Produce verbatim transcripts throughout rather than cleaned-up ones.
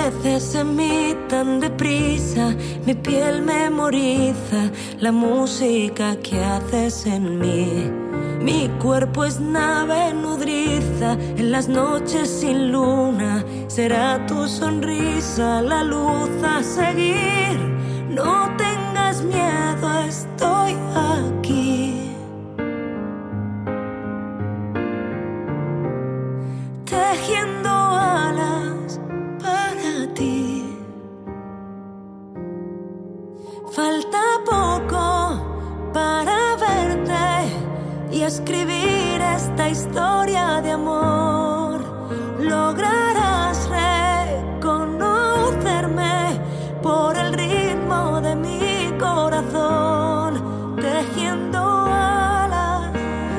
Floreces en mí tan deprisa, mi piel memoriza la música que haces en mí. Mi cuerpo es nave nodriza en las noches sin luna. Será tu sonrisa la luz a seguir. No tengas miedo, estoy aquí. Tejiendo alas para ti. Falta poco para verte y escribir esta historia de amor. Lograrás reconocerme por el ritmo de mi corazón. Tejiendo alas,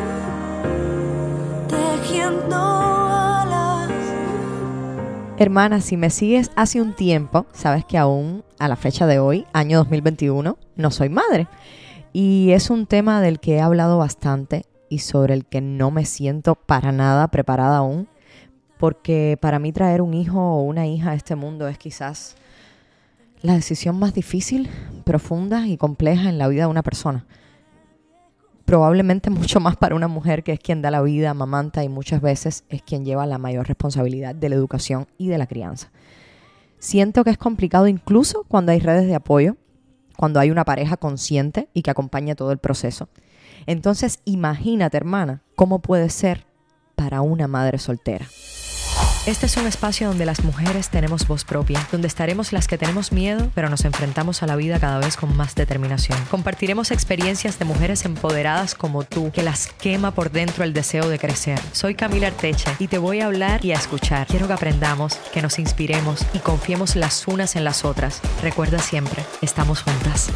tejiendo alas. Hermana, si me sigues hace un tiempo, sabes que aún a la fecha de hoy, año dos mil veintiuno, no soy madre. Y es un tema del que he hablado bastante y sobre el que no me siento para nada preparada aún, porque para mí traer un hijo o una hija a este mundo es quizás la decisión más difícil, profunda y compleja en la vida de una persona. Probablemente mucho más para una mujer, que es quien da la vida, amamanta y muchas veces es quien lleva la mayor responsabilidad de la educación y de la crianza. Siento que es complicado incluso cuando hay redes de apoyo, cuando hay una pareja consciente y que acompaña todo el proceso. Entonces, imagínate, hermana, cómo puede ser para una madre soltera. Este es un espacio donde las mujeres tenemos voz propia, donde estaremos las que tenemos miedo, pero nos enfrentamos a la vida cada vez con más determinación. Compartiremos experiencias de mujeres empoderadas como tú, que las quema por dentro el deseo de crecer. Soy Camila Arteche y te voy a hablar y a escuchar. Quiero que aprendamos, que nos inspiremos y confiemos las unas en las otras. Recuerda siempre, estamos juntas.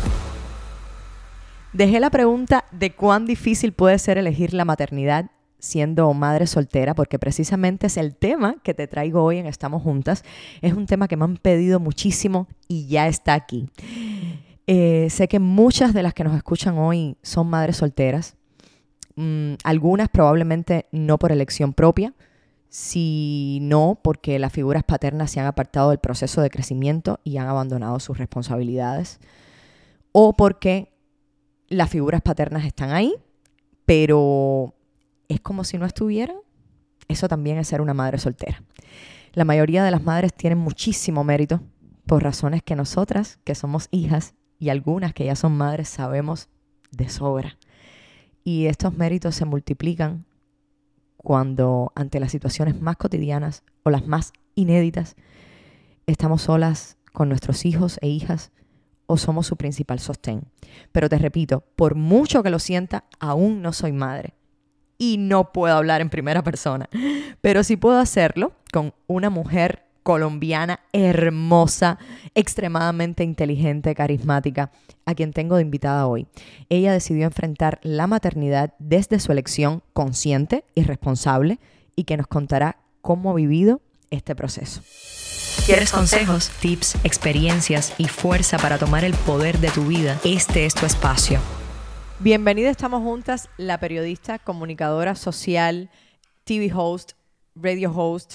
Dejé la pregunta de cuán difícil puede ser elegir la maternidad siendo madre soltera, porque precisamente es el tema que te traigo hoy en Estamos Juntas. Es un tema que me han pedido muchísimo y ya está aquí. Eh, sé que muchas de las que nos escuchan hoy son madres solteras. Mm, algunas probablemente no por elección propia, sino porque las figuras paternas se han apartado del proceso de crecimiento y han abandonado sus responsabilidades. O porque las figuras paternas están ahí, pero es como si no estuvieran. Eso también es ser una madre soltera. La mayoría de las madres tienen muchísimo mérito por razones que nosotras, que somos hijas, y algunas que ya son madres, sabemos de sobra. Y estos méritos se multiplican cuando, ante las situaciones más cotidianas o las más inéditas, estamos solas con nuestros hijos e hijas o somos su principal sostén. Pero te repito, por mucho que lo sienta, aún no soy madre. Y no puedo hablar en primera persona, pero sí puedo hacerlo con una mujer colombiana hermosa, extremadamente inteligente, carismática, a quien tengo de invitada hoy. Ella decidió enfrentar la maternidad desde su elección consciente y responsable y que nos contará cómo ha vivido este proceso. ¿Quieres consejos, tips, experiencias y fuerza para tomar el poder de tu vida? Este es tu espacio. Bienvenida, Estamos Juntas, la periodista, comunicadora social, T V host, radio host,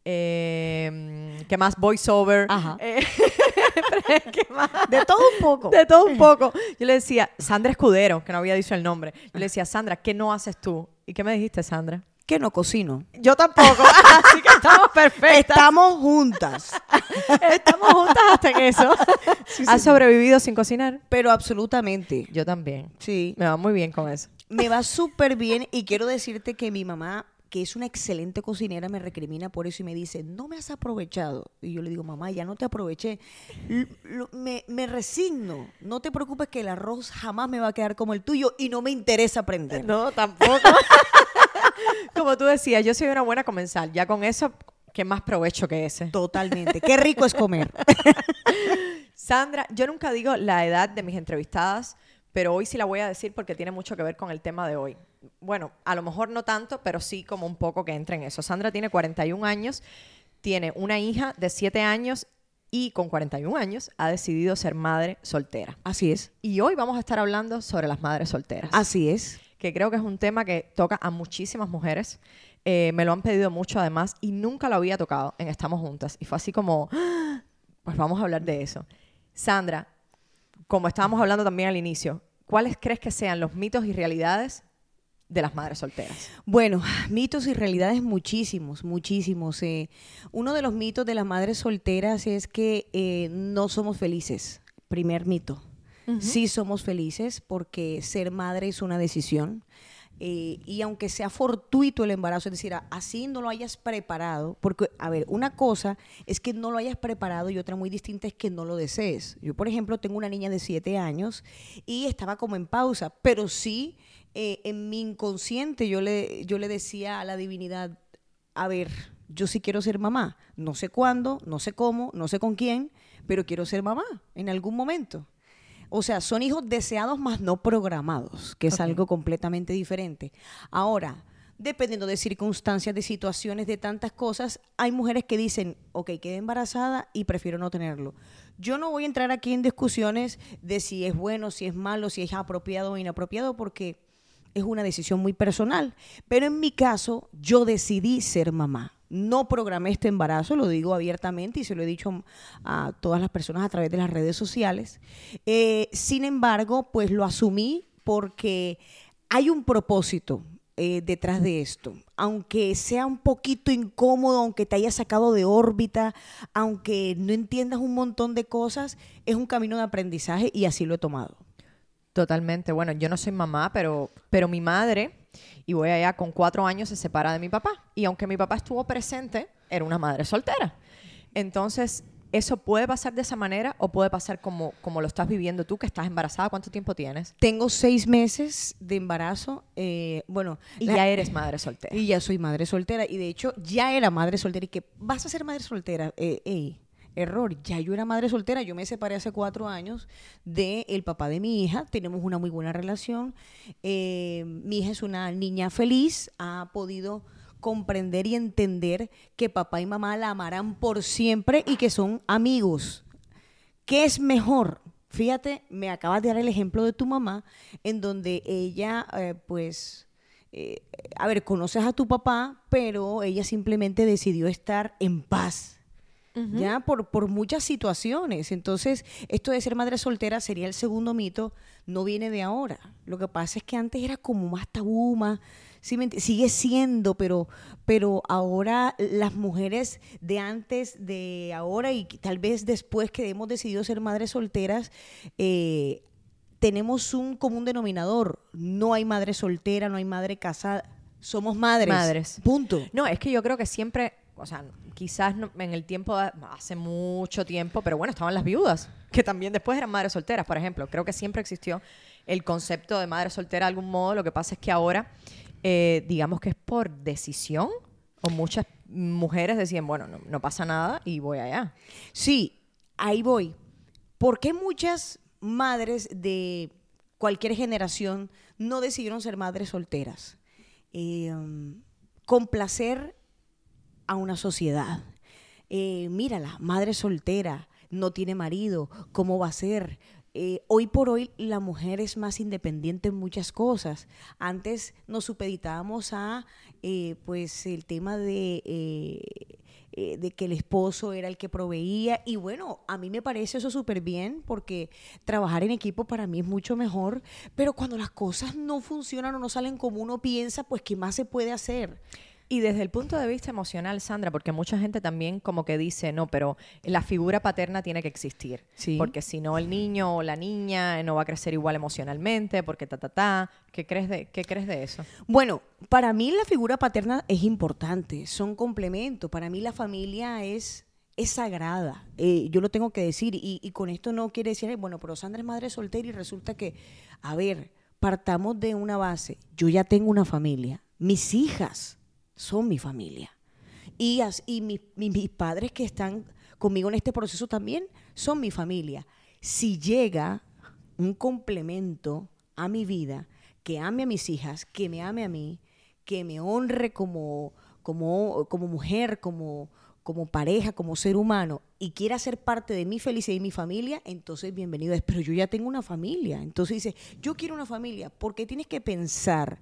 eh, ¿qué más? Voiceover. Ajá. Eh, ¿Qué más? De todo un poco. De todo un poco. Yo le decía, Sandra Escudero, que no había dicho el nombre. Yo le decía, Sandra, ¿qué no haces tú? ¿Y qué me dijiste, Sandra? Que no cocino. Yo tampoco. Así que estamos perfectas. Estamos juntas. Estamos juntas hasta en eso. Sí, ¿Has sí. sobrevivido sin cocinar? Pero absolutamente. Yo también. Sí. Me va muy bien con eso. Me va súper bien y quiero decirte que mi mamá, que es una excelente cocinera, me recrimina por eso y me dice, no me has aprovechado. Y yo le digo, mamá, ya no te aproveché. L- lo, me, me resigno. No te preocupes que el arroz jamás me va a quedar como el tuyo y no me interesa aprender. No, tampoco. Como tú decías, yo soy una buena comensal. Ya con eso, ¿qué más provecho que ese? Totalmente. Qué rico es comer. Sandra, yo nunca digo la edad de mis entrevistadas, pero hoy sí la voy a decir porque tiene mucho que ver con el tema de hoy. Bueno, a lo mejor no tanto, pero sí como un poco que entra en eso. Sandra tiene cuarenta y un años, tiene una hija de siete años y con cuarenta y un años ha decidido ser madre soltera. Así es. Y hoy vamos a estar hablando sobre las madres solteras. Así es. Que creo que es un tema que toca a muchísimas mujeres. Eh, me lo han pedido mucho además y nunca lo había tocado en Estamos Juntas. Y fue así como, ¡ah! Pues vamos a hablar de eso. Sandra, como estábamos hablando también al inicio, ¿cuáles crees que sean los mitos y realidades de las madres solteras? Bueno, mitos y realidades muchísimos, muchísimos. Eh, uno de los mitos de las madres solteras es que eh, no somos felices. Primer mito. Uh-huh. Sí somos felices porque ser madre es una decisión. Eh, y aunque sea fortuito el embarazo, es decir, así no lo hayas preparado, porque, a ver, una cosa es que no lo hayas preparado y otra muy distinta es que no lo desees. Yo, por ejemplo, tengo una niña de siete años y estaba como en pausa, pero sí, eh, en mi inconsciente yo le, yo le decía a la divinidad, a ver, yo sí quiero ser mamá, no sé cuándo, no sé cómo, no sé con quién, pero quiero ser mamá en algún momento. O sea, son hijos deseados más no programados, que es okay. algo completamente diferente. Ahora, dependiendo de circunstancias, de situaciones, de tantas cosas, hay mujeres que dicen, ok, quedé embarazada y prefiero no tenerlo. Yo no voy a entrar aquí en discusiones de si es bueno, si es malo, si es apropiado o inapropiado, porque es una decisión muy personal. Pero en mi caso, yo decidí ser mamá. No programé este embarazo, lo digo abiertamente y se lo he dicho a todas las personas a través de las redes sociales. Eh, sin embargo, pues lo asumí porque hay un propósito eh, detrás de esto. Aunque sea un poquito incómodo, aunque te haya sacado de órbita, aunque no entiendas un montón de cosas, es un camino de aprendizaje y así lo he tomado. Totalmente. Bueno, yo no soy mamá, pero, pero mi madre... Y voy allá, con cuatro años se separa de mi papá. Y aunque mi papá estuvo presente, era una madre soltera. Entonces, ¿eso puede pasar de esa manera o puede pasar como, como lo estás viviendo tú, que estás embarazada? ¿Cuánto tiempo tienes? Tengo seis meses de embarazo. Eh, bueno, y la, ya eres madre soltera. Y ya soy madre soltera. Y de hecho, ya era madre soltera. Y que vas a ser madre soltera. Eh, ey, error. Ya yo era madre soltera. Yo me separé hace cuatro años del papá de mi hija. Tenemos una muy buena relación. Eh, mi hija es una niña feliz. Ha podido comprender y entender que papá y mamá la amarán por siempre y que son amigos. ¿Qué es mejor? Fíjate, me acabas de dar el ejemplo de tu mamá, en donde ella, eh, pues... Eh, a ver, conoces a tu papá, pero ella simplemente decidió estar en paz. Uh-huh. Ya por, por muchas situaciones. Entonces, esto de ser madre soltera sería el segundo mito, no viene de ahora. Lo que pasa es que antes era como más tabú, más, ¿sí me entiendes? Sigue siendo, pero, pero ahora las mujeres de antes, de ahora y tal vez después que hemos decidido ser madres solteras, eh, tenemos un común denominador. No hay madre soltera, no hay madre casada. Somos madres. Madres. Punto. No, es que yo creo que siempre... O sea, quizás no, en el tiempo, hace mucho tiempo, pero bueno, estaban las viudas, que también después eran madres solteras, por ejemplo. Creo que siempre existió el concepto de madre soltera de algún modo. Lo que pasa es que ahora, eh, digamos que es por decisión, o muchas mujeres decían, bueno, no, no pasa nada y voy allá. Sí, ahí voy. ¿Por qué muchas madres de cualquier generación no decidieron ser madres solteras? Eh, um, complacer a una sociedad. Eh, mírala, madre soltera, no tiene marido, ¿cómo va a ser? Eh, hoy por hoy la mujer es más independiente en muchas cosas. Antes nos supeditábamos a eh, pues el tema de, eh, eh, de que el esposo era el que proveía, y bueno, a mí me parece eso súper bien porque trabajar en equipo para mí es mucho mejor, pero cuando las cosas no funcionan o no salen como uno piensa, pues ¿qué más se puede hacer? Y desde el punto de vista emocional, Sandra, porque mucha gente también como que dice, no, pero la figura paterna tiene que existir. Sí. Porque si no, el niño o la niña no va a crecer igual emocionalmente, porque ta, ta, ta. ¿Qué crees de, qué crees de eso? Bueno, para mí la figura paterna es importante, son complementos. Para mí la familia es... es sagrada, eh, yo lo tengo que decir, y, y con esto no quiere decir, bueno, pero Sandra es madre soltera y resulta que, a ver, partamos de una base, yo ya tengo una familia, mis hijas son mi familia, y, as, y mi, mi, mis padres que están conmigo en este proceso también son mi familia. Si llega un complemento a mi vida, que ame a mis hijas, que me ame a mí, que me honre como, como, como mujer, como... como pareja, como ser humano, y quiera ser parte de mi felicidad y mi familia, entonces bienvenido es. Pero yo ya tengo una familia. Entonces dice, yo quiero una familia. ¿Por qué tienes que pensar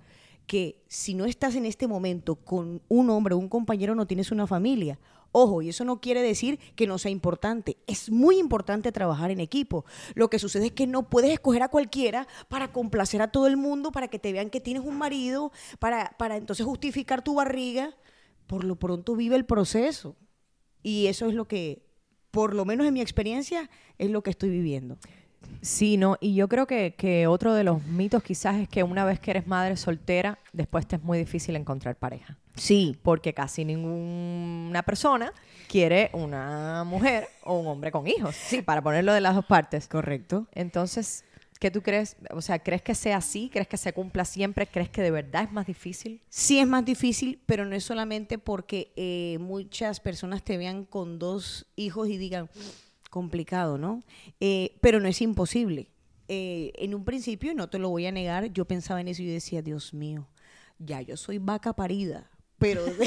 que si no estás en este momento con un hombre o un compañero, no tienes una familia. Ojo, y eso no quiere decir que no sea importante. Es muy importante trabajar en equipo. Lo que sucede es que no puedes escoger a cualquiera para complacer a todo el mundo, para que te vean que tienes un marido, para, para entonces justificar tu barriga. Por lo pronto vive el proceso. Y eso es lo que, por lo menos en mi experiencia, es lo que estoy viviendo. Sí, no, y yo creo que, que otro de los mitos quizás es que una vez que eres madre soltera, después te es muy difícil encontrar pareja. Sí. Porque casi ninguna persona quiere una mujer o un hombre con hijos. Sí, para ponerlo de las dos partes. Correcto. Entonces, ¿qué tú crees? O sea, ¿crees que sea así? ¿Crees que se cumpla siempre? ¿Crees que de verdad es más difícil? Sí es más difícil, pero no es solamente porque eh, muchas personas te vean con dos hijos y digan, complicado, ¿no? Eh, pero no es imposible. Eh, en un principio, no te lo voy a negar, yo pensaba en eso y yo decía, Dios mío, ya yo soy vaca parida, pero de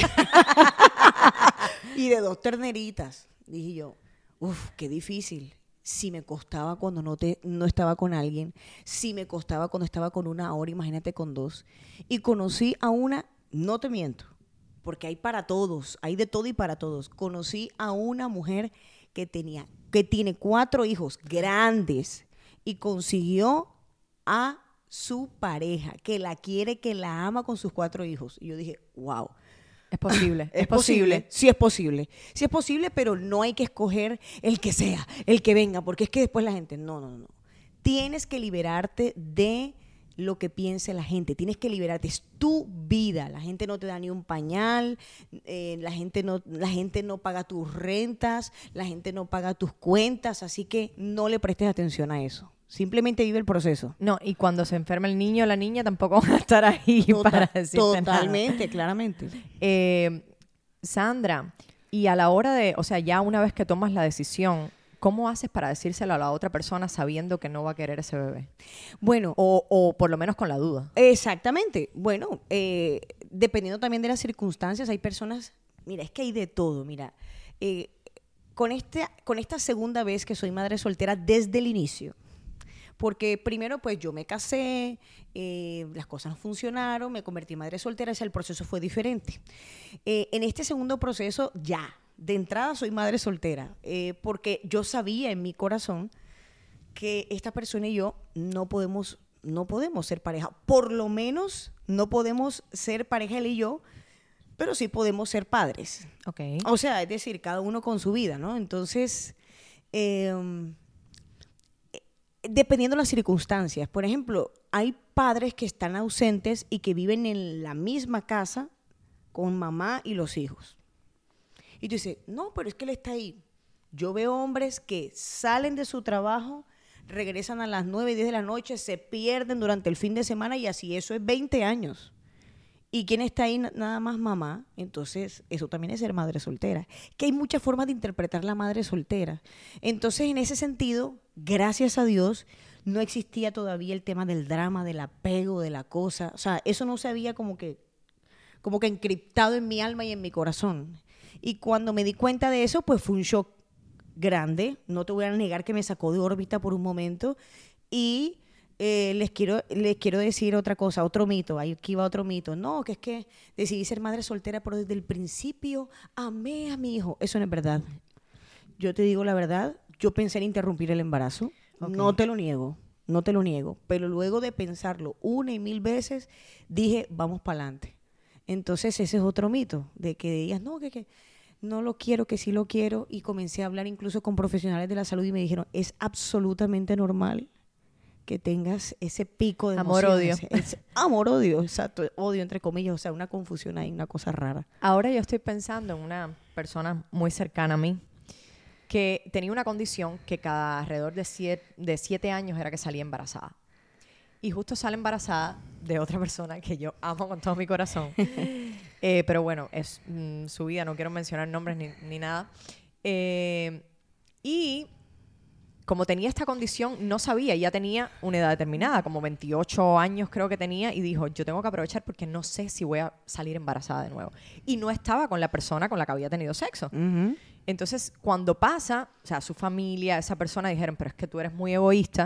y de dos terneritas. Dije yo, uff, qué difícil. Si me costaba cuando no, te, no estaba con alguien, si me costaba cuando estaba con una, ahora imagínate con dos. Y conocí a una, no te miento, porque hay para todos, hay de todo y para todos. Conocí a una mujer que tenía, que tiene cuatro hijos grandes y consiguió a su pareja, que la quiere, que la ama con sus cuatro hijos. Y yo dije, wow. Es posible. Es, es posible. posible. Sí es posible. Sí es posible, pero no hay que escoger el que sea, el que venga, porque es que después la gente, no, no, no. Tienes que liberarte de lo que piense la gente. Tienes que liberarte. Es tu vida. La gente no te da ni un pañal, eh, la gente no, la gente no paga tus rentas, la gente no paga tus cuentas, así que no le prestes atención a eso. Simplemente vive el proceso. No, y cuando se enferma el niño o la niña tampoco van a estar ahí Total, para decirte Totalmente, nada. claramente. Eh, Sandra, y a la hora de, o sea, ya una vez que tomas la decisión, ¿cómo haces para decírselo a la otra persona sabiendo que no va a querer ese bebé? Bueno. O, o por lo menos con la duda. Exactamente. Bueno, eh, dependiendo también de las circunstancias, hay personas, mira, es que hay de todo, mira. Eh, con, este, con esta segunda vez que soy madre soltera desde el inicio, porque primero pues yo me casé, eh, las cosas no funcionaron, me convertí en madre soltera, o sea, el proceso fue diferente. Eh, en este segundo proceso ya, de entrada soy madre soltera, eh, porque yo sabía en mi corazón que esta persona y yo no podemos, no podemos ser pareja. Por lo menos no podemos ser pareja él y yo, pero sí podemos ser padres. Okay. O sea, es decir, cada uno con su vida, ¿no? Entonces, eh, dependiendo de las circunstancias. Por ejemplo, hay padres que están ausentes y que viven en la misma casa con mamá y los hijos. Y tú dices, no, pero es que él está ahí. Yo veo hombres que salen de su trabajo, regresan a las nueve, diez de la noche, se pierden durante el fin de semana y así eso es veinte años. ¿Y quién está ahí? Nada más mamá. Entonces, eso también es ser madre soltera. Que hay muchas formas de interpretar la madre soltera. Entonces, en ese sentido, gracias a Dios, no existía todavía el tema del drama, del apego, de la cosa. O sea, eso no se había como que, como que encriptado en mi alma y en mi corazón. Y cuando me di cuenta de eso, pues fue un shock grande. No te voy a negar que me sacó de órbita por un momento. Y eh, les quiero les quiero decir otra cosa, otro mito. Aquí va otro mito. No, que es que decidí ser madre soltera, pero desde el principio amé a mi hijo. Eso no es verdad. Yo te digo la verdad. Yo pensé en interrumpir el embarazo. Okay. No te lo niego. No te lo niego. Pero luego de pensarlo una y mil veces, dije, vamos para adelante. Entonces ese es otro mito. De que digas, no, que... que no lo quiero, que sí lo quiero, y comencé a hablar incluso con profesionales de la salud y me dijeron, es absolutamente normal que tengas ese pico de amor-odio. Amor-odio, exacto, odio entre comillas, o sea, una confusión ahí, una cosa rara. Ahora yo estoy pensando en una persona muy cercana a mí que tenía una condición que cada alrededor de siete, de siete años era que salía embarazada. Y justo sale embarazada de otra persona que yo amo con todo mi corazón. eh, pero bueno, es mm, su vida, no quiero mencionar nombres ni, ni nada. Eh, y como tenía esta condición, no sabía, ya tenía una edad determinada, como veintiocho años creo que tenía, y dijo, yo tengo que aprovechar porque no sé si voy a salir embarazada de nuevo. Y no estaba con la persona con la que había tenido sexo. Uh-huh. Entonces, cuando pasa, o sea, su familia, esa persona dijeron, pero es que tú eres muy egoísta,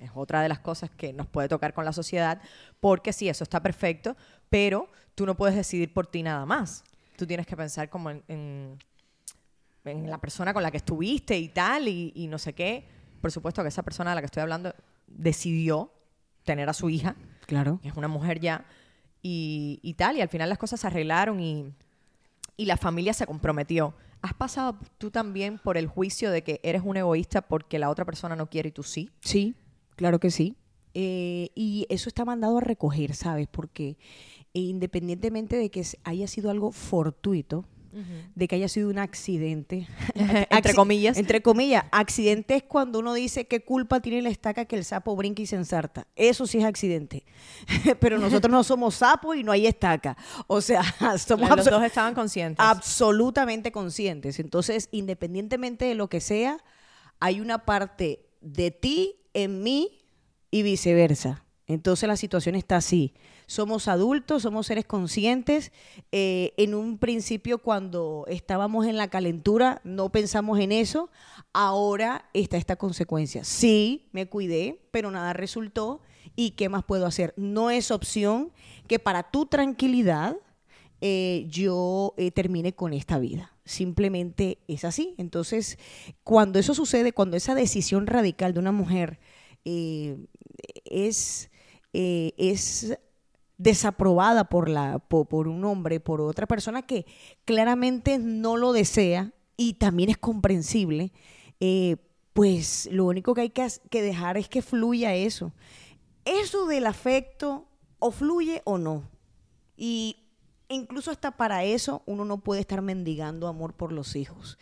es otra de las cosas que nos puede tocar con la sociedad, porque sí, eso está perfecto, pero tú no puedes decidir por ti nada más. Tú tienes que pensar como en, en, en la persona con la que estuviste y tal, y, y no sé qué. Por supuesto que esa persona de la que estoy hablando decidió tener a su hija. Claro. Que es una mujer ya, y, y tal, y al final las cosas se arreglaron y, y la familia se comprometió. ¿Has pasado tú también por el juicio de que eres un egoísta porque la otra persona no quiere y tú sí? Sí, claro que sí. Eh, y eso está mandado a recoger, ¿sabes? Porque eh, independientemente de que haya sido algo fortuito, uh-huh. de que haya sido un accidente, entre comillas. Entre comillas, accidente es cuando uno dice qué culpa tiene la estaca que el sapo brinca y se ensarta. Eso sí es accidente. Pero nosotros no somos sapos y no hay estaca. O sea, somos los dos estaban conscientes. Absolutamente conscientes. Entonces, independientemente de lo que sea, hay una parte de ti en mí y viceversa. Entonces la situación está así. Somos adultos, somos seres conscientes. Eh, en un principio, cuando estábamos en la calentura, no pensamos en eso. Ahora está esta consecuencia. Sí, me cuidé, pero nada resultó. ¿Y qué más puedo hacer? No es opción que para tu tranquilidad eh, yo eh, termine con esta vida. Simplemente es así. Entonces, cuando eso sucede, cuando esa decisión radical de una mujer eh, es... Eh, es desaprobada por, la, por, por un hombre, por otra persona que claramente no lo desea y también es comprensible, eh, pues lo único que hay que, que dejar es que fluya eso. Eso del afecto o fluye o no. Y incluso hasta para eso uno no puede estar mendigando amor por los hijos.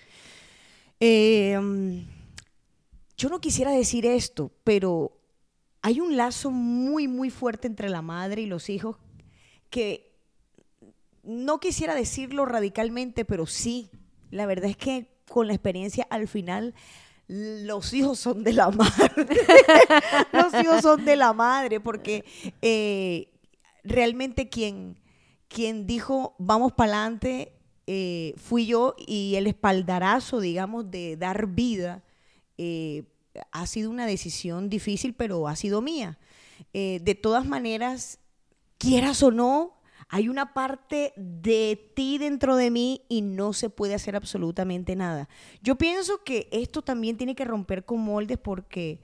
Eh, yo no quisiera decir esto, pero hay un lazo muy, muy fuerte entre la madre y los hijos que no quisiera decirlo radicalmente, pero sí, la verdad es que con la experiencia al final los hijos son de la madre. Los hijos son de la madre porque eh, realmente quien, quien dijo vamos para adelante eh, fui yo y el espaldarazo, digamos, de dar vida eh, ha sido una decisión difícil, pero ha sido mía. Eh, de todas maneras, quieras o no, hay una parte de ti dentro de mí y no se puede hacer absolutamente nada. Yo pienso que esto también tiene que romper con moldes porque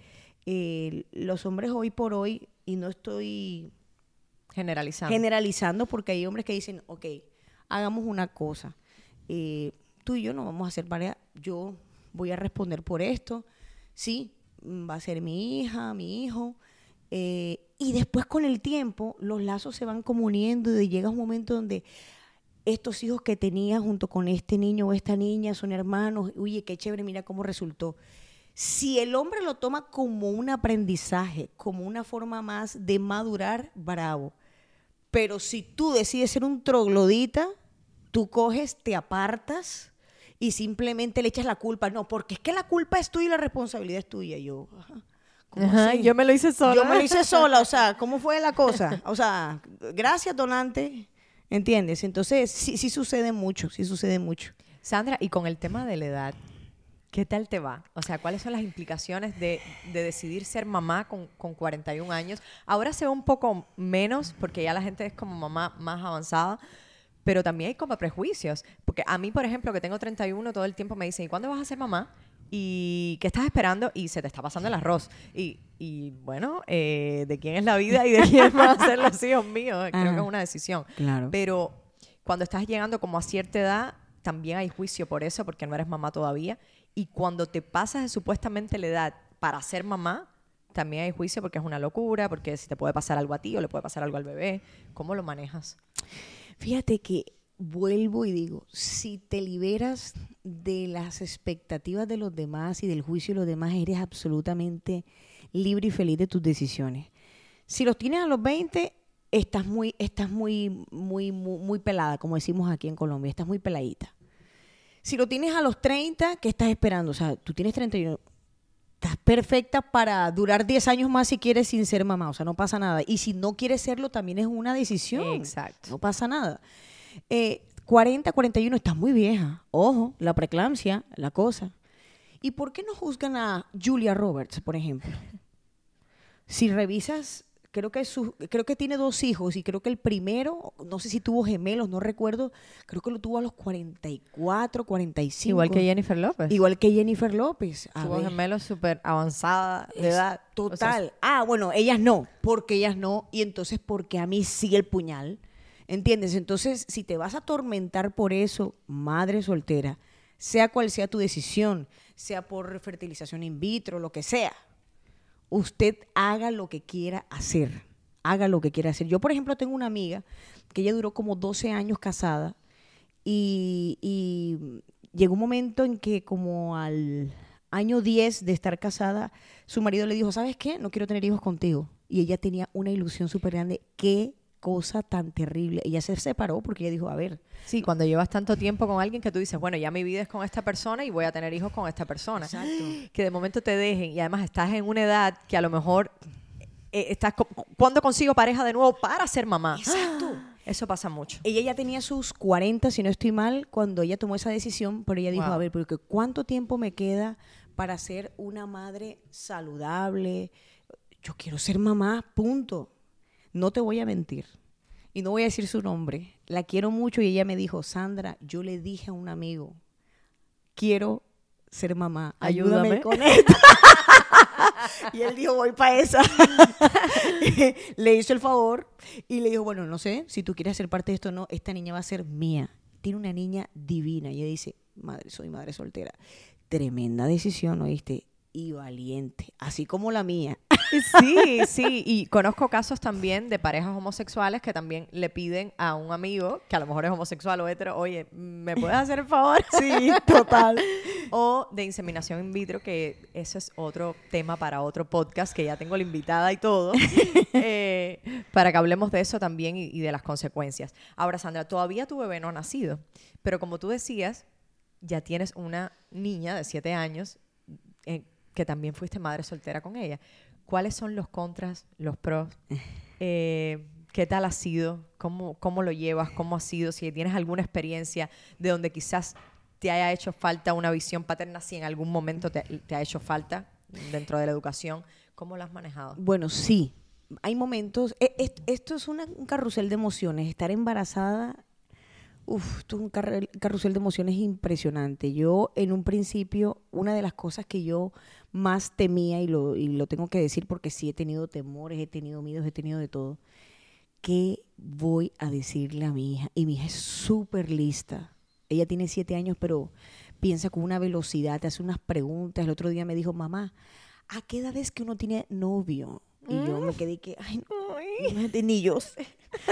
eh, los hombres hoy por hoy, y no estoy generalizando, generalizando porque hay hombres que dicen, ok, hagamos una cosa, eh, tú y yo no vamos a ser pareja, yo voy a responder por esto, sí, va a ser mi hija, mi hijo, eh, y después con el tiempo los lazos se van comuniendo y llega un momento donde estos hijos que tenía junto con este niño o esta niña son hermanos, oye, qué chévere, mira cómo resultó. Si el hombre lo toma como un aprendizaje, como una forma más de madurar, bravo. Pero si tú decides ser un troglodita, tú coges, te apartas y simplemente le echas la culpa. No, porque es que la culpa es tuya y la responsabilidad es tuya. Yo, ¿cómo ajá, así? yo me lo hice sola. Yo me lo hice sola, o sea, ¿cómo fue la cosa? O sea, gracias, donante, ¿entiendes? Entonces, sí, sí sucede mucho, sí sucede mucho. Sandra, y con el tema de la edad, ¿qué tal te va? O sea, ¿cuáles son las implicaciones de, de decidir ser mamá con, con cuarenta y un años? Ahora se ve un poco menos, porque ya la gente es como mamá más avanzada, pero también hay como prejuicios. Porque a mí, por ejemplo, que tengo treinta y uno, todo el tiempo me dicen, ¿y cuándo vas a ser mamá? ¿Y qué estás esperando? Y se te está pasando el arroz. Y, y bueno, eh, ¿de quién es la vida y de quién van a ser los hijos míos? Creo que es una decisión. Claro. Pero cuando estás llegando como a cierta edad, también hay juicio por eso, porque no eres mamá todavía. Y cuando te pasas de supuestamente la edad para ser mamá, también hay juicio porque es una locura, porque si te puede pasar algo a ti o le puede pasar algo al bebé. ¿Cómo lo manejas? Fíjate que vuelvo y digo, si te liberas de las expectativas de los demás y del juicio de los demás, eres absolutamente libre y feliz de tus decisiones. Si los tienes a los veinte, estás muy, estás muy, muy, muy, muy pelada, como decimos aquí en Colombia, estás muy peladita. Si lo tienes a los treinta, ¿qué estás esperando? O sea, tú tienes treinta y uno, estás perfecta para durar diez años más si quieres sin ser mamá, o sea, no pasa nada. Y si no quieres serlo, también es una decisión. Exacto. No pasa nada. Eh, cuarenta, cuarenta y uno, estás muy vieja. Ojo, la preeclampsia, la cosa. ¿Y por qué no juzgan a Julia Roberts, por ejemplo? si revisas, creo que, su, creo que tiene dos hijos y creo que el primero, no sé si tuvo gemelos, no recuerdo, creo que lo tuvo a los cuarenta y cuatro, cuarenta y cinco. Igual que Jennifer López. Igual que Jennifer López. A Tuvo ver. gemelos súper avanzada de edad. Total. O sea, ah, bueno, ellas no, porque ellas no, y entonces porque a mí sí el puñal. ¿Entiendes? Entonces, si te vas a atormentar por eso, madre soltera, sea cual sea tu decisión, sea por fertilización in vitro, lo que sea, usted haga lo que quiera hacer. Haga lo que quiera hacer. Yo, por ejemplo, tengo una amiga que ella duró como doce años casada y, y llegó un momento en que como al año diez de estar casada, su marido le dijo, ¿sabes qué? No quiero tener hijos contigo. Y ella tenía una ilusión súper grande. ¿Qué cosa tan terrible? Ella se separó porque ella dijo, a ver. sí, cuando llevas tanto tiempo con alguien que tú dices, bueno, ya mi vida es con esta persona y voy a tener hijos con esta persona. Exacto. Que de momento te dejen y además estás en una edad que a lo mejor eh, estás, co- ¿cuándo consigo pareja de nuevo para ser mamá? Exacto. Eso pasa mucho. Ella ya tenía sus cuarenta, si no estoy mal, cuando ella tomó esa decisión, pero ella dijo, Wow. a ver, porque ¿cuánto tiempo me queda para ser una madre saludable? Yo quiero ser mamá, punto. No te voy a mentir. Y no voy a decir su nombre. La quiero mucho y ella me dijo, Sandra, yo le dije a un amigo, quiero ser mamá, ayúdame, Ayúdame. con esto. Y él dijo, voy para esa. Le hizo el favor y le dijo, bueno, no sé, si tú quieres ser parte de esto o no, esta niña va a ser mía. Tiene una niña divina. Y ella dice, madre, soy madre soltera. Tremenda decisión, ¿oíste? Y valiente, así como la mía. Sí, sí, y conozco casos también de parejas homosexuales que también le piden a un amigo, que a lo mejor es homosexual o hetero, oye, ¿me puedes hacer el favor? Sí, total. O de inseminación in vitro, que eso es otro tema para otro podcast, que ya tengo la invitada y todo, eh, para que hablemos de eso también y, y de las consecuencias. Ahora, Sandra, todavía tu bebé no ha nacido, pero como tú decías, ya tienes una niña de siete años eh, que también fuiste madre soltera con ella. ¿Cuáles son los contras, los pros? Eh, ¿Qué tal ha sido? ¿Cómo, ¿Cómo lo llevas? ¿Cómo ha sido? Si tienes alguna experiencia de donde quizás te haya hecho falta una visión paterna, si en algún momento te, te ha hecho falta dentro de la educación, ¿cómo lo has manejado? Bueno, sí. Hay momentos, e- est- esto es una- un carrusel de emociones. Estar embarazada, uf, esto es un carre- carrusel de emociones impresionante. Yo, en un principio, una de las cosas que yo más temía, y lo, y lo tengo que decir porque sí he tenido temores, he tenido miedos, he tenido de todo, ¿qué voy a decirle a mi hija? Y mi hija es súper lista. Ella tiene siete años, pero piensa con una velocidad, te hace unas preguntas. El otro día me dijo, mamá, ¿a qué edad es que uno tiene novio? Y yo me quedé que, ay, no, no, ni yo sé.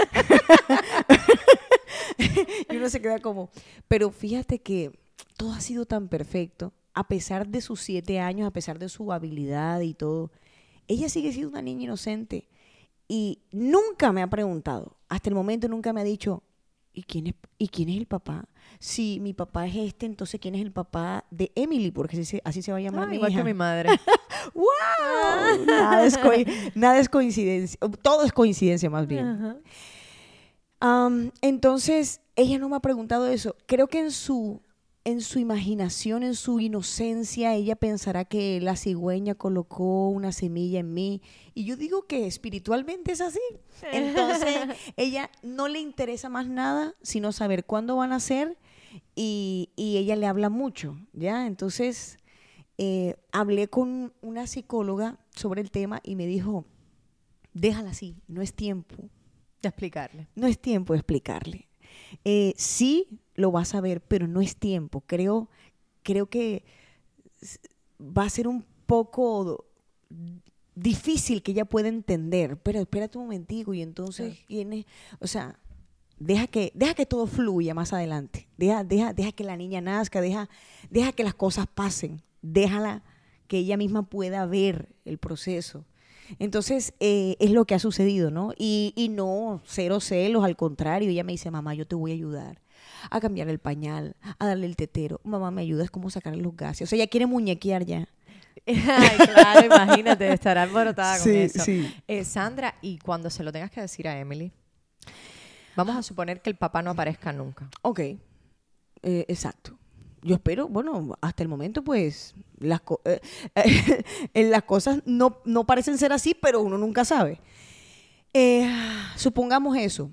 Y uno se queda como, pero fíjate que todo ha sido tan perfecto, a pesar de sus siete años, a pesar de su habilidad y todo, ella sigue siendo una niña inocente y nunca me ha preguntado, hasta el momento nunca me ha dicho, ¿y quién es, ¿y quién es el papá? Si mi papá es este, entonces ¿quién es el papá de Emily? Porque así se, así se va a llamar Ah, mi igual hija. que mi madre. ¡Wow! Nada es, co- nada es coincidencia, todo es coincidencia más bien. Ajá. Um, entonces, ella no me ha preguntado eso. Creo que en su, en su imaginación, en su inocencia, ella pensará que la cigüeña colocó una semilla en mí. Y yo digo que espiritualmente es así. Entonces, ella no le interesa más nada, sino saber cuándo van a nacer. Y, y ella le habla mucho, ¿ya? Entonces, eh, hablé con una psicóloga sobre el tema y me dijo, déjala así, no es tiempo. De explicarle. No es tiempo de explicarle. Eh, sí lo vas a ver, pero no es tiempo. Creo, creo que s- va a ser un poco difícil que ella pueda entender. Pero espérate un momentico y entonces Sí. viene, o sea, deja que, deja que todo fluya más adelante. Deja, deja, deja que la niña nazca, deja, deja que las cosas pasen. Déjala que ella misma pueda ver el proceso. Entonces, eh, es lo que ha sucedido, ¿no? Y, y no, cero celos, al contrario, ella me dice, mamá, yo te voy a ayudar a cambiar el pañal, a darle el tetero. Mamá, ¿me ayudas cómo sacarle los gases? O sea, ella quiere muñequear ya. Ay, claro, imagínate, estará alborotada con Sí, eso. sí. Eh, Sandra, y cuando se lo tengas que decir a Emily, vamos a suponer que el papá no aparezca nunca. Ok, eh, exacto. Yo espero, bueno, hasta el momento, pues, las, co eh, eh, las cosas no, no parecen ser así, pero uno nunca sabe. Eh, supongamos eso.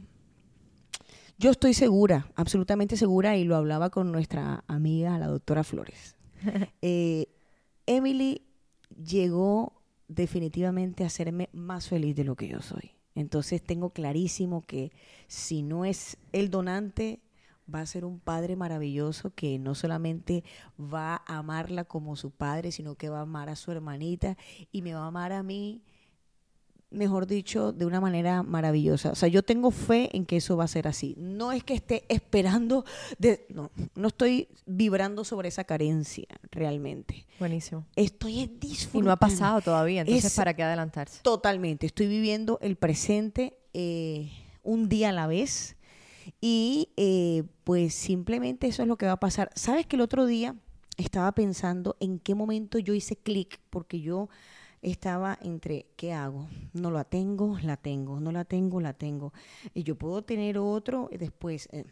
Yo estoy segura, absolutamente segura, y lo hablaba con nuestra amiga, la doctora Flores. Eh, Emily llegó definitivamente a hacerme más feliz de lo que yo soy. Entonces tengo clarísimo que si no es el donante, va a ser un padre maravilloso que no solamente va a amarla como su padre, sino que va a amar a su hermanita y me va a amar a mí, mejor dicho, de una manera maravillosa. O sea, yo tengo fe en que eso va a ser así. No es que esté esperando, de, no, no estoy vibrando sobre esa carencia realmente. Buenísimo. Estoy disfrutando. Y no ha pasado todavía, entonces Es, ¿para qué adelantarse? Totalmente. Estoy viviendo el presente eh, un día a la vez y eh, pues simplemente eso es lo que va a pasar. ¿Sabes que el otro día estaba pensando en qué momento yo hice clic? Porque yo estaba entre, ¿qué hago? No la tengo, la tengo, no la tengo, la tengo. Y yo puedo tener otro después. Eh,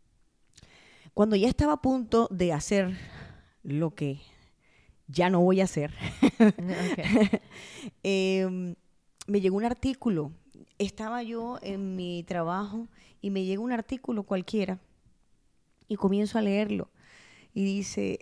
cuando ya estaba a punto de hacer lo que ya no voy a hacer, okay. eh, me llegó un artículo. Estaba yo en mi trabajo y me llega un artículo cualquiera y comienzo a leerlo. Y dice...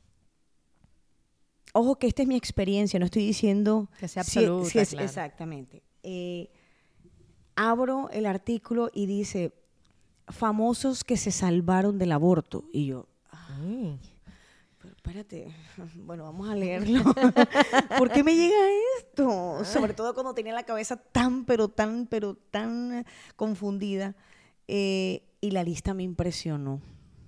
Ojo que esta es mi experiencia, no estoy diciendo... Que sea absoluta, si, si es, claro. Exactamente. Eh, abro el artículo y dice, famosos que se salvaron del aborto. Y yo, ah, mm. pero espérate, bueno, vamos a leerlo. ¿Por qué me llega esto? Sobre todo cuando tenía la cabeza tan, pero tan, pero tan confundida. Eh, y la lista me impresionó.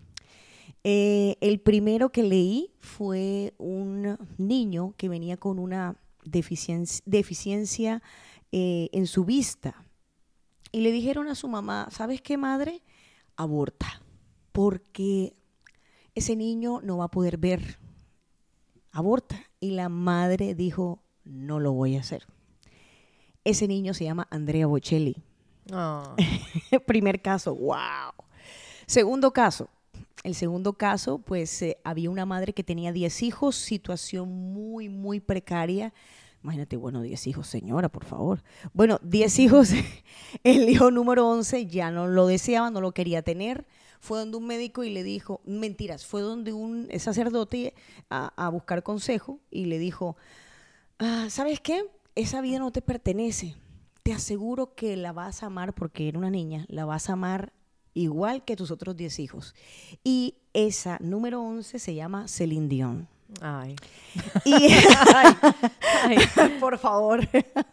Eh, el primero que leí fue un niño que venía con una deficiencia, deficiencia eh, en su vista. Y le dijeron a su mamá, ¿sabes qué, madre? Aborta, porque ese niño no va a poder ver. Aborta. Y la madre dijo, no lo voy a hacer. Ese niño se llama Andrea Bocelli. Oh. Primer caso, wow. Segundo caso. El segundo caso, pues eh, había una madre que tenía diez hijos, situación muy, muy precaria. Imagínate, bueno, diez hijos, señora, por favor. Bueno, diez hijos, el hijo número once ya no lo deseaba, no lo quería tener. Fue donde un médico y le dijo, mentiras, fue donde un sacerdote a, a buscar consejo y le dijo, ah, ¿sabes qué? Esa vida no te pertenece. Te aseguro que la vas a amar, porque era una niña, la vas a amar igual que tus otros diez hijos. Y esa número once se llama Celine Dion. Ay. Y, ay, ay. Por favor.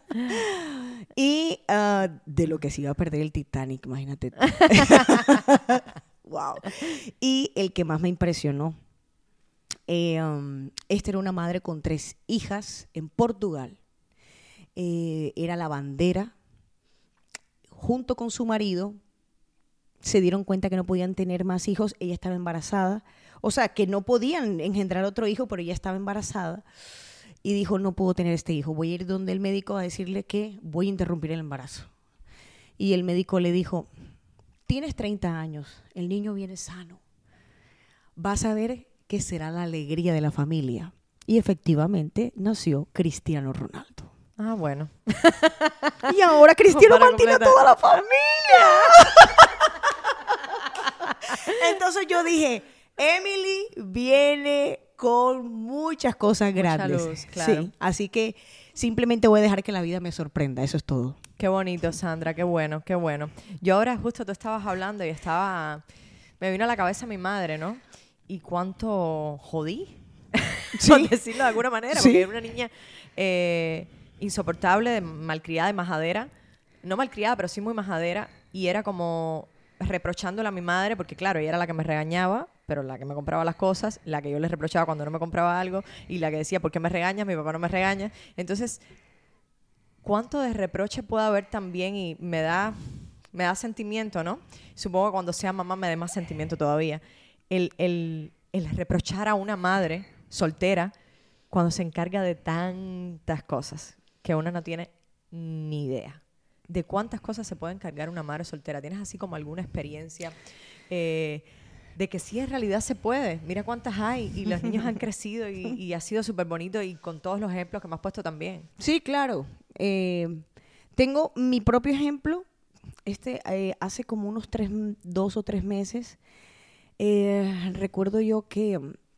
Y uh, de lo que se iba a perder el Titanic, imagínate. Wow. Y el que más me impresionó, eh, um, esta era una madre con tres hijas en Portugal. Eh, era lavandera. Junto con su marido se dieron cuenta que no podían tener más hijos, ella estaba embarazada, o sea, que no podían engendrar otro hijo, pero ella estaba embarazada y dijo, no puedo tener este hijo, voy a ir donde el médico a decirle que voy a interrumpir el embarazo. Y el médico le dijo, tienes treinta años, el niño viene sano, vas a ver que será la alegría de la familia. Y efectivamente nació Cristiano Ronaldo. Ah, bueno. Y ahora Cristiano mantiene a toda la familia. Entonces yo dije, Emily viene con muchas cosas grandes. Mucha luz, claro. Sí, así que simplemente voy a dejar que la vida me sorprenda, eso es todo. Qué bonito, Sandra, qué bueno, qué bueno. Yo ahora justo tú estabas hablando y estaba, me vino a la cabeza mi madre, ¿no? Y cuánto jodí, ¿Sí? por decirlo de alguna manera, ¿Sí? porque era una niña eh, insoportable, de malcriada, de majadera. No malcriada, pero sí muy majadera. Y era como reprochándole a mi madre, porque claro, ella era la que me regañaba, pero la que me compraba las cosas, la que yo le reprochaba cuando no me compraba algo, y la que decía, ¿por qué me regañas? Mi papá no me regaña. Entonces, ¿cuánto de reproche puede haber también? Y me da, me da sentimiento, ¿no? Supongo que cuando sea mamá me dé más sentimiento todavía. El, el, el reprochar a una madre soltera cuando se encarga de tantas cosas que uno no tiene ni idea. ¿De cuántas cosas se puede encargar una madre soltera? ¿Tienes así como alguna experiencia eh, de que sí, en realidad se puede. Mira cuántas hay y los niños han crecido y, y ha sido súper bonito y con todos los ejemplos que me has puesto también. Sí, claro. Eh, tengo mi propio ejemplo. Este, eh, hace como unos tres, dos o tres meses, eh, recuerdo yo que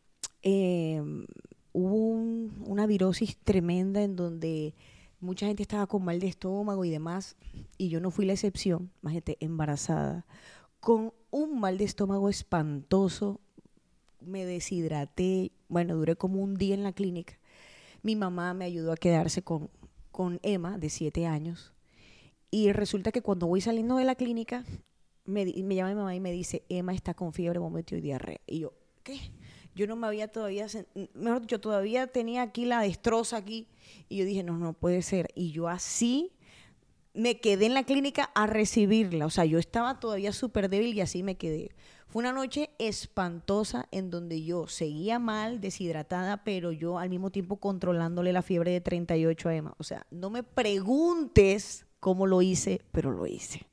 eh, hubo un, una virosis tremenda en donde mucha gente estaba con mal de estómago y demás, y yo no fui la excepción. Imagínate, embarazada, con un mal de estómago espantoso, me deshidraté, bueno, duré como un día en la clínica. Mi mamá me ayudó a quedarse con, con Emma, de siete años, y resulta que cuando voy saliendo de la clínica, me, me llama mi mamá y me dice, Emma está con fiebre, vómito y diarrea. Y yo, ¿qué? Yo no me había todavía, mejor dicho, todavía tenía aquí la destroza aquí. Y yo dije, no, no puede ser. Y yo así me quedé en la clínica a recibirla. O sea, yo estaba todavía súper débil y así me quedé. Fue una noche espantosa en donde yo seguía mal, deshidratada, pero yo al mismo tiempo controlándole la fiebre de treinta y ocho a Emma. O sea, no me preguntes cómo lo hice, pero lo hice.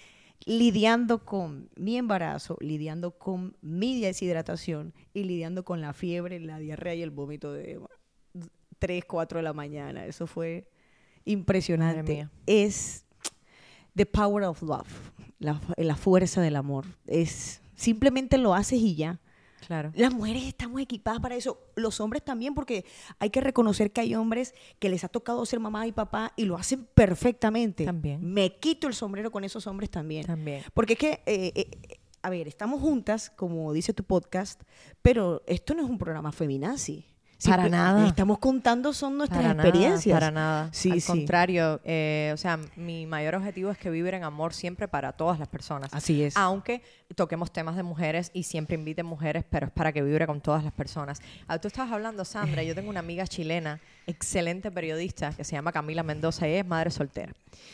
Lidiando con mi embarazo, lidiando con mi deshidratación y lidiando con la fiebre, la diarrea y el vómito de Emma. tres, cuatro de la mañana. Eso fue impresionante. Es the power of love, la, la fuerza del amor. Es simplemente lo haces y ya. Claro. Las mujeres estamos equipadas para eso, los hombres también, porque hay que reconocer que hay hombres que les ha tocado ser mamá y papá y lo hacen perfectamente. También. Me quito el sombrero con esos hombres también. También. Porque es que, eh, eh, a ver, estamos juntas, como dice tu podcast, pero esto no es un programa feminazi. Para Simple- nada. Estamos contando son nuestras Para nada, experiencias. para nada. Sí, Al sí. contrario, eh, o sea, mi mayor objetivo es que vibren amor siempre para todas las personas. Así es. Aunque toquemos temas de mujeres y siempre inviten mujeres, pero es para que vibre con todas las personas. Ah, tú estabas hablando, Sandra, yo tengo una amiga chilena, excelente periodista, que se llama Camila Mendoza, y ella es madre soltera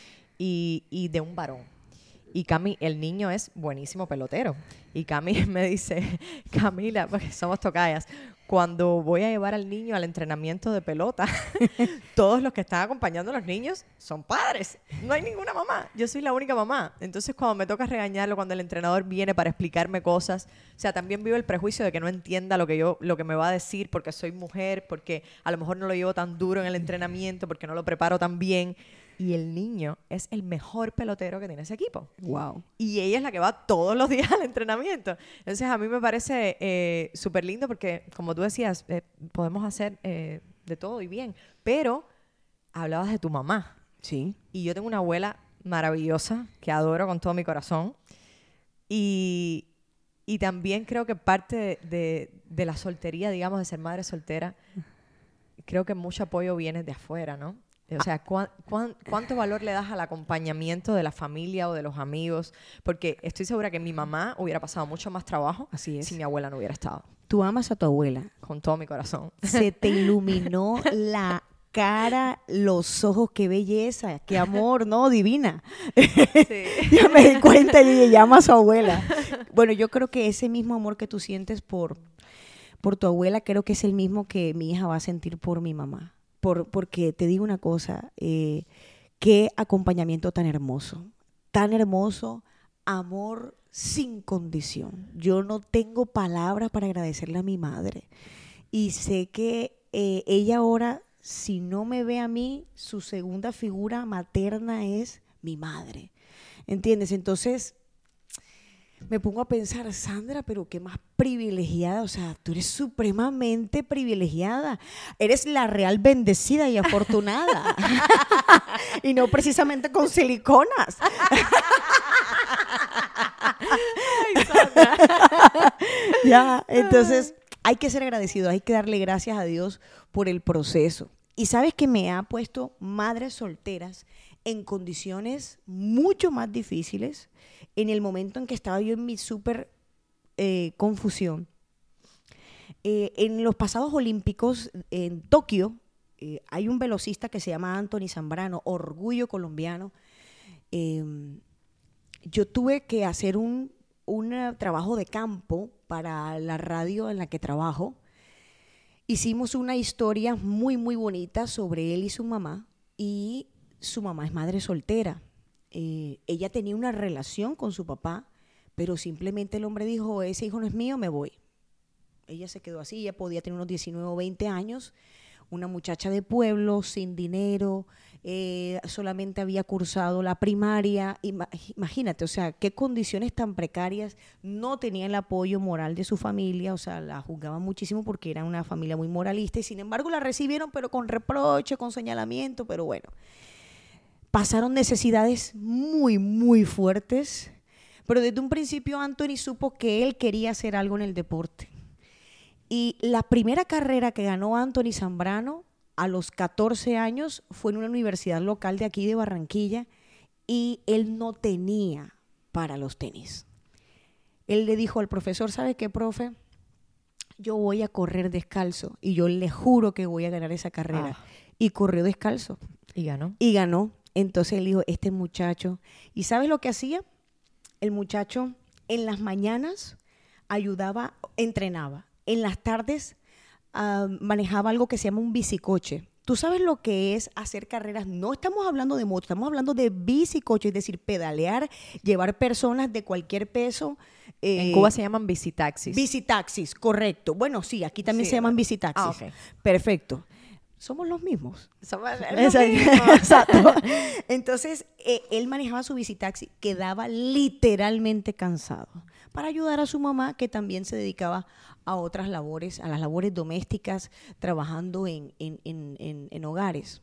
y, y de un varón. Y Cami, el niño es buenísimo pelotero. Y Cami me dice, Camila, porque somos tocayas, cuando voy a llevar al niño al entrenamiento de pelota, todos los que están acompañando a los niños son padres. No hay ninguna mamá. Yo soy la única mamá. Entonces, cuando me toca regañarlo, cuando el entrenador viene para explicarme cosas, o sea, también vivo el prejuicio de que no entienda lo que yo, lo que me va a decir porque soy mujer, porque a lo mejor no lo llevo tan duro en el entrenamiento, porque no lo preparo tan bien. Y el niño es el mejor pelotero que tiene ese equipo. Wow. Y ella es la que va todos los días al entrenamiento. Entonces, a mí me parece eh, súper lindo porque, como tú decías, eh, podemos hacer eh, de todo y bien. Pero hablabas de tu mamá. Sí. Y yo tengo una abuela maravillosa que adoro con todo mi corazón. Y, y también creo que parte de, de, de la soltería, digamos, de ser madre soltera, creo que mucho apoyo viene de afuera, ¿no? O sea, ¿cuán, cuán, ¿cuánto valor le das al acompañamiento de la familia o de los amigos? Porque estoy segura que mi mamá hubiera pasado mucho más trabajo Así es. si mi abuela no hubiera estado. Tú amas a tu abuela. Con todo mi corazón. Se te iluminó la cara, los ojos, qué belleza, qué amor, ¿no? Divina. Sí. Ya me di cuenta y ella llama a su abuela. Bueno, yo creo que ese mismo amor que tú sientes por, por tu abuela, creo que es el mismo que mi hija va a sentir por mi mamá. Por, porque te digo una cosa, eh, qué acompañamiento tan hermoso, tan hermoso, amor sin condición. Yo no tengo palabras para agradecerle a mi madre. Y sé que eh, ella ahora, si no me ve a mí, su segunda figura materna es mi madre. ¿Entiendes? Entonces, me pongo a pensar, Sandra, pero qué más privilegiada, o sea, tú eres supremamente privilegiada, eres la real bendecida y afortunada, y no precisamente con siliconas. Ay, Sandra. Ya, entonces hay que ser agradecido, hay que darle gracias a Dios por el proceso. Y sabes que me ha puesto madres solteras en condiciones mucho más difíciles en el momento en que estaba yo en mi súper eh, confusión. Eh, en los pasados olímpicos en Tokio eh, hay un velocista que se llama Anthony Zambrano, orgullo colombiano. Eh, yo tuve que hacer un, un trabajo de campo para la radio en la que trabajo. Hicimos una historia muy, muy bonita sobre él y su mamá, y su mamá es madre soltera. Eh, ella tenía una relación con su papá, pero simplemente el hombre dijo, ese hijo no es mío, me voy. Ella se quedó así, ella podía tener unos diecinueve o veinte años, una muchacha de pueblo, sin dinero, eh, solamente había cursado la primaria. Ima- imagínate, o sea, qué condiciones tan precarias, no tenía el apoyo moral de su familia, o sea, la juzgaban muchísimo porque era una familia muy moralista y sin embargo la recibieron, pero con reproche, con señalamiento, pero bueno. Pasaron necesidades muy, muy fuertes, pero desde un principio Anthony supo que él quería hacer algo en el deporte. Y la primera carrera que ganó Anthony Zambrano a los catorce años fue en una universidad local de aquí de Barranquilla y él no tenía para los tenis. Él le dijo al profesor, ¿sabe qué, profe? Yo voy a correr descalzo y yo le juro que voy a ganar esa carrera. Ah. Y corrió descalzo. Y ganó. Y ganó. Entonces él dijo, este muchacho, ¿y sabes lo que hacía? El muchacho en las mañanas ayudaba, entrenaba. En las tardes uh, manejaba algo que se llama un bicicoche. ¿Tú sabes lo que es hacer carreras? No estamos hablando de moto, estamos hablando de bicicoche, es decir, pedalear, llevar personas de cualquier peso. En Cuba se llaman bicitaxis. Bicitaxis, correcto. Bueno, sí, aquí también Sí, se llaman ¿verdad? bicitaxis. Ah, ok. Perfecto. Somos los mismos. Somos Exacto. Exacto. Entonces, eh, él manejaba su bicitaxi, quedaba literalmente cansado para ayudar a su mamá, que también se dedicaba a otras labores, a las labores domésticas, trabajando en, en, en, en, en hogares.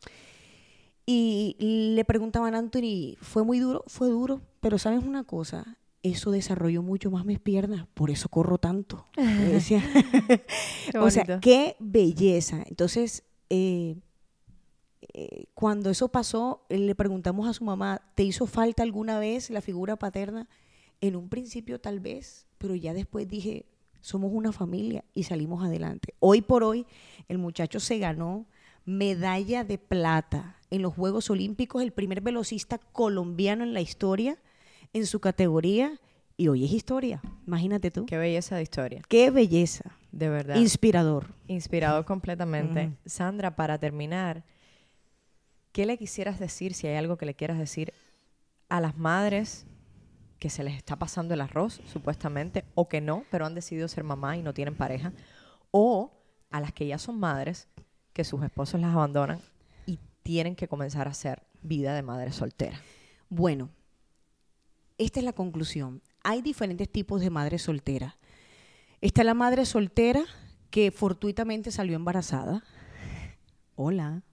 Y le preguntaban a Anthony, ¿fue muy duro? Fue duro, pero ¿sabes una cosa? Eso desarrolló mucho más mis piernas, por eso corro tanto. Le decía. Qué O sea, bonito. qué belleza. Entonces, eh, eh, cuando eso pasó, eh, le preguntamos a su mamá, ¿te hizo falta alguna vez la figura paterna? En un principio tal vez, pero ya después dije, somos una familia y salimos adelante. Hoy por hoy, el muchacho se ganó medalla de plata en los Juegos Olímpicos, el primer velocista colombiano en la historia en su categoría, y hoy es historia. Imagínate tú. Qué belleza de historia. Qué belleza. De verdad. Inspirador. Inspirador completamente. Ujú. Sandra, para terminar, ¿qué le quisieras decir, si hay algo que le quieras decir, a las madres que se les está pasando el arroz, supuestamente, o que no, pero han decidido ser mamá y no tienen pareja, o a las que ya son madres, que sus esposos las abandonan y tienen que comenzar a hacer vida de madre soltera? Bueno, esta es la conclusión. Hay diferentes tipos de madres solteras. Está la madre soltera que fortuitamente salió embarazada. Hola.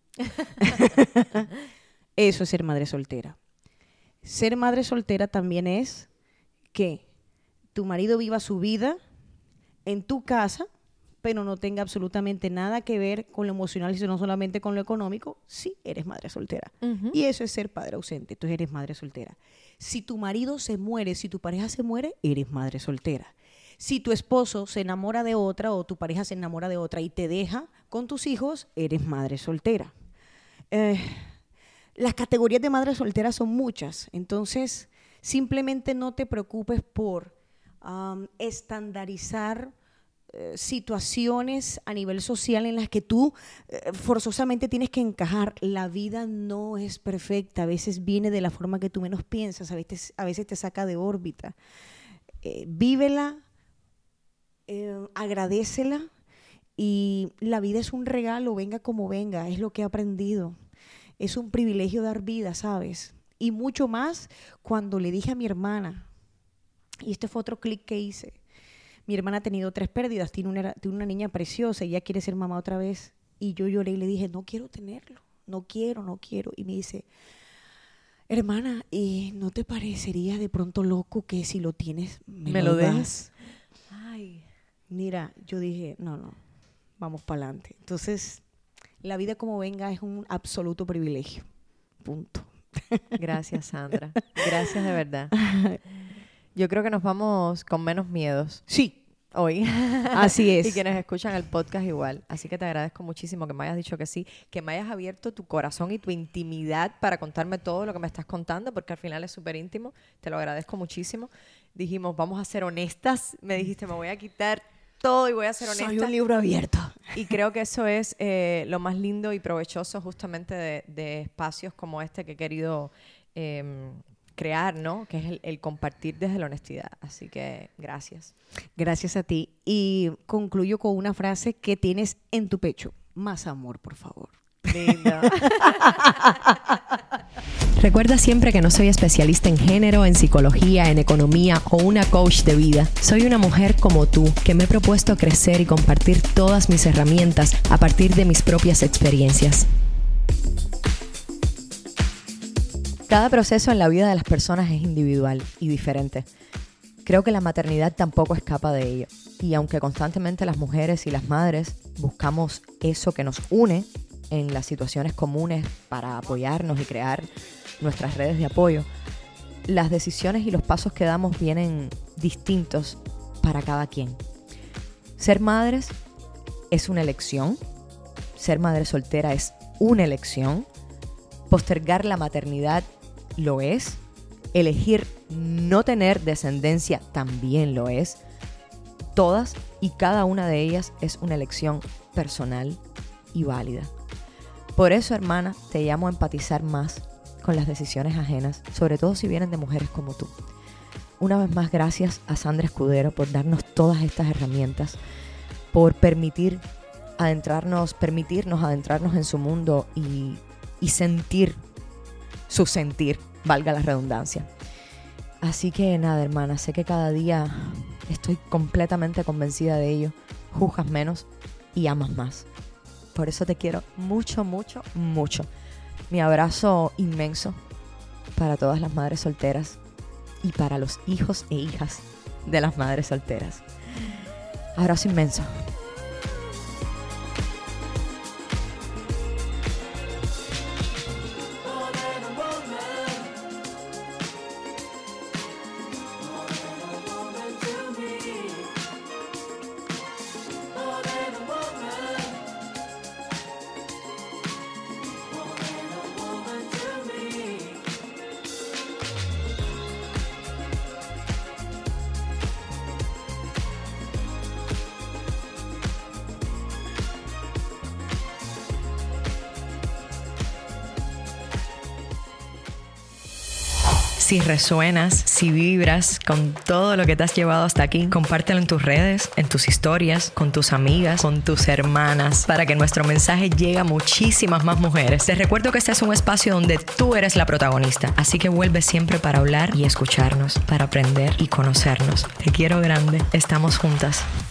Eso es ser madre soltera. Ser madre soltera también es que tu marido viva su vida en tu casa, pero no tenga absolutamente nada que ver con lo emocional, sino solamente con lo económico. Sí, eres madre soltera. Uh-huh. Y eso es ser padre ausente. Entonces eres madre soltera. Si tu marido se muere, si tu pareja se muere, eres madre soltera. Si tu esposo se enamora de otra o tu pareja se enamora de otra y te deja con tus hijos, eres madre soltera. Eh, las categorías de madre soltera son muchas. Entonces, simplemente no te preocupes por um, estandarizar eh, situaciones a nivel social en las que tú eh, forzosamente tienes que encajar. La vida no es perfecta. A veces viene de la forma que tú menos piensas. A veces, a veces te saca de órbita. Eh, vívela. Eh, agradécela, y la vida es un regalo, venga como venga, es lo que he aprendido. Es un privilegio dar vida, ¿sabes? Y mucho más cuando le dije a mi hermana, y este fue otro clic que hice. Mi hermana ha tenido tres pérdidas, tiene una, tiene una niña preciosa y ella quiere ser mamá otra vez. Y yo lloré y le dije, no quiero tenerlo, no quiero, no quiero. Y me dice, hermana, ¿y no te parecería de pronto loco que si lo tienes me, ¿Me lo lo das? des? Ay. Mira, yo dije, no, no, vamos para adelante. Entonces, la vida como venga es un absoluto privilegio. Punto. Gracias, Sandra. Gracias de verdad. Yo creo que nos vamos con menos miedos Sí, hoy. así es. Y quienes escuchan el podcast igual. Así que te agradezco muchísimo que me hayas dicho que sí, que me hayas abierto tu corazón y tu intimidad para contarme todo lo que me estás contando, porque al final es súper íntimo. Te lo agradezco muchísimo. Dijimos, vamos a ser honestas. Me dijiste, me voy a quitar todo y voy a ser honesta. Soy un libro abierto. Y creo que eso es eh, lo más lindo y provechoso justamente de, de espacios como este que he querido eh, crear, ¿no? Que es el, el compartir desde la honestidad. Así que gracias. Gracias a ti. Y concluyo con una frase que tienes en tu pecho. Más amor, por favor. Lindo. Recuerda siempre que no soy especialista en género, en psicología, en economía o una coach de vida. Soy una mujer como tú que me he propuesto crecer y compartir todas mis herramientas a partir de mis propias experiencias. Cada proceso en la vida de las personas es individual y diferente. Creo que la maternidad tampoco escapa de ello. Y aunque constantemente las mujeres y las madres buscamos eso que nos une en las situaciones comunes para apoyarnos y crear nuestras redes de apoyo, las decisiones y los pasos que damos vienen distintos para cada quien. Ser madres es una elección, ser madre soltera es una elección, postergar la maternidad lo es, elegir no tener descendencia también lo es. Todas y cada una de ellas es una elección personal y válida. Por eso, hermana, te llamo a empatizar más con las decisiones ajenas, sobre todo si vienen de mujeres como tú. Una vez más, gracias a Sandra Escudero por darnos todas estas herramientas, por permitir adentrarnos, permitirnos adentrarnos en su mundo y, y sentir su sentir, valga la redundancia. Así que nada, hermana, sé que cada día estoy completamente convencida de ello. Juzgas menos y amas más. Por eso te quiero mucho, mucho, mucho. Mi abrazo inmenso para todas las madres solteras y para los hijos e hijas de las madres solteras. Abrazo inmenso. Si resuenas, si vibras con todo lo que te has llevado hasta aquí, compártelo en tus redes, en tus historias, con tus amigas, con tus hermanas, para que nuestro mensaje llegue a muchísimas más mujeres. Te recuerdo que este es un espacio donde tú eres la protagonista, así que vuelve siempre para hablar y escucharnos, para aprender y conocernos. Te quiero grande, estamos juntas.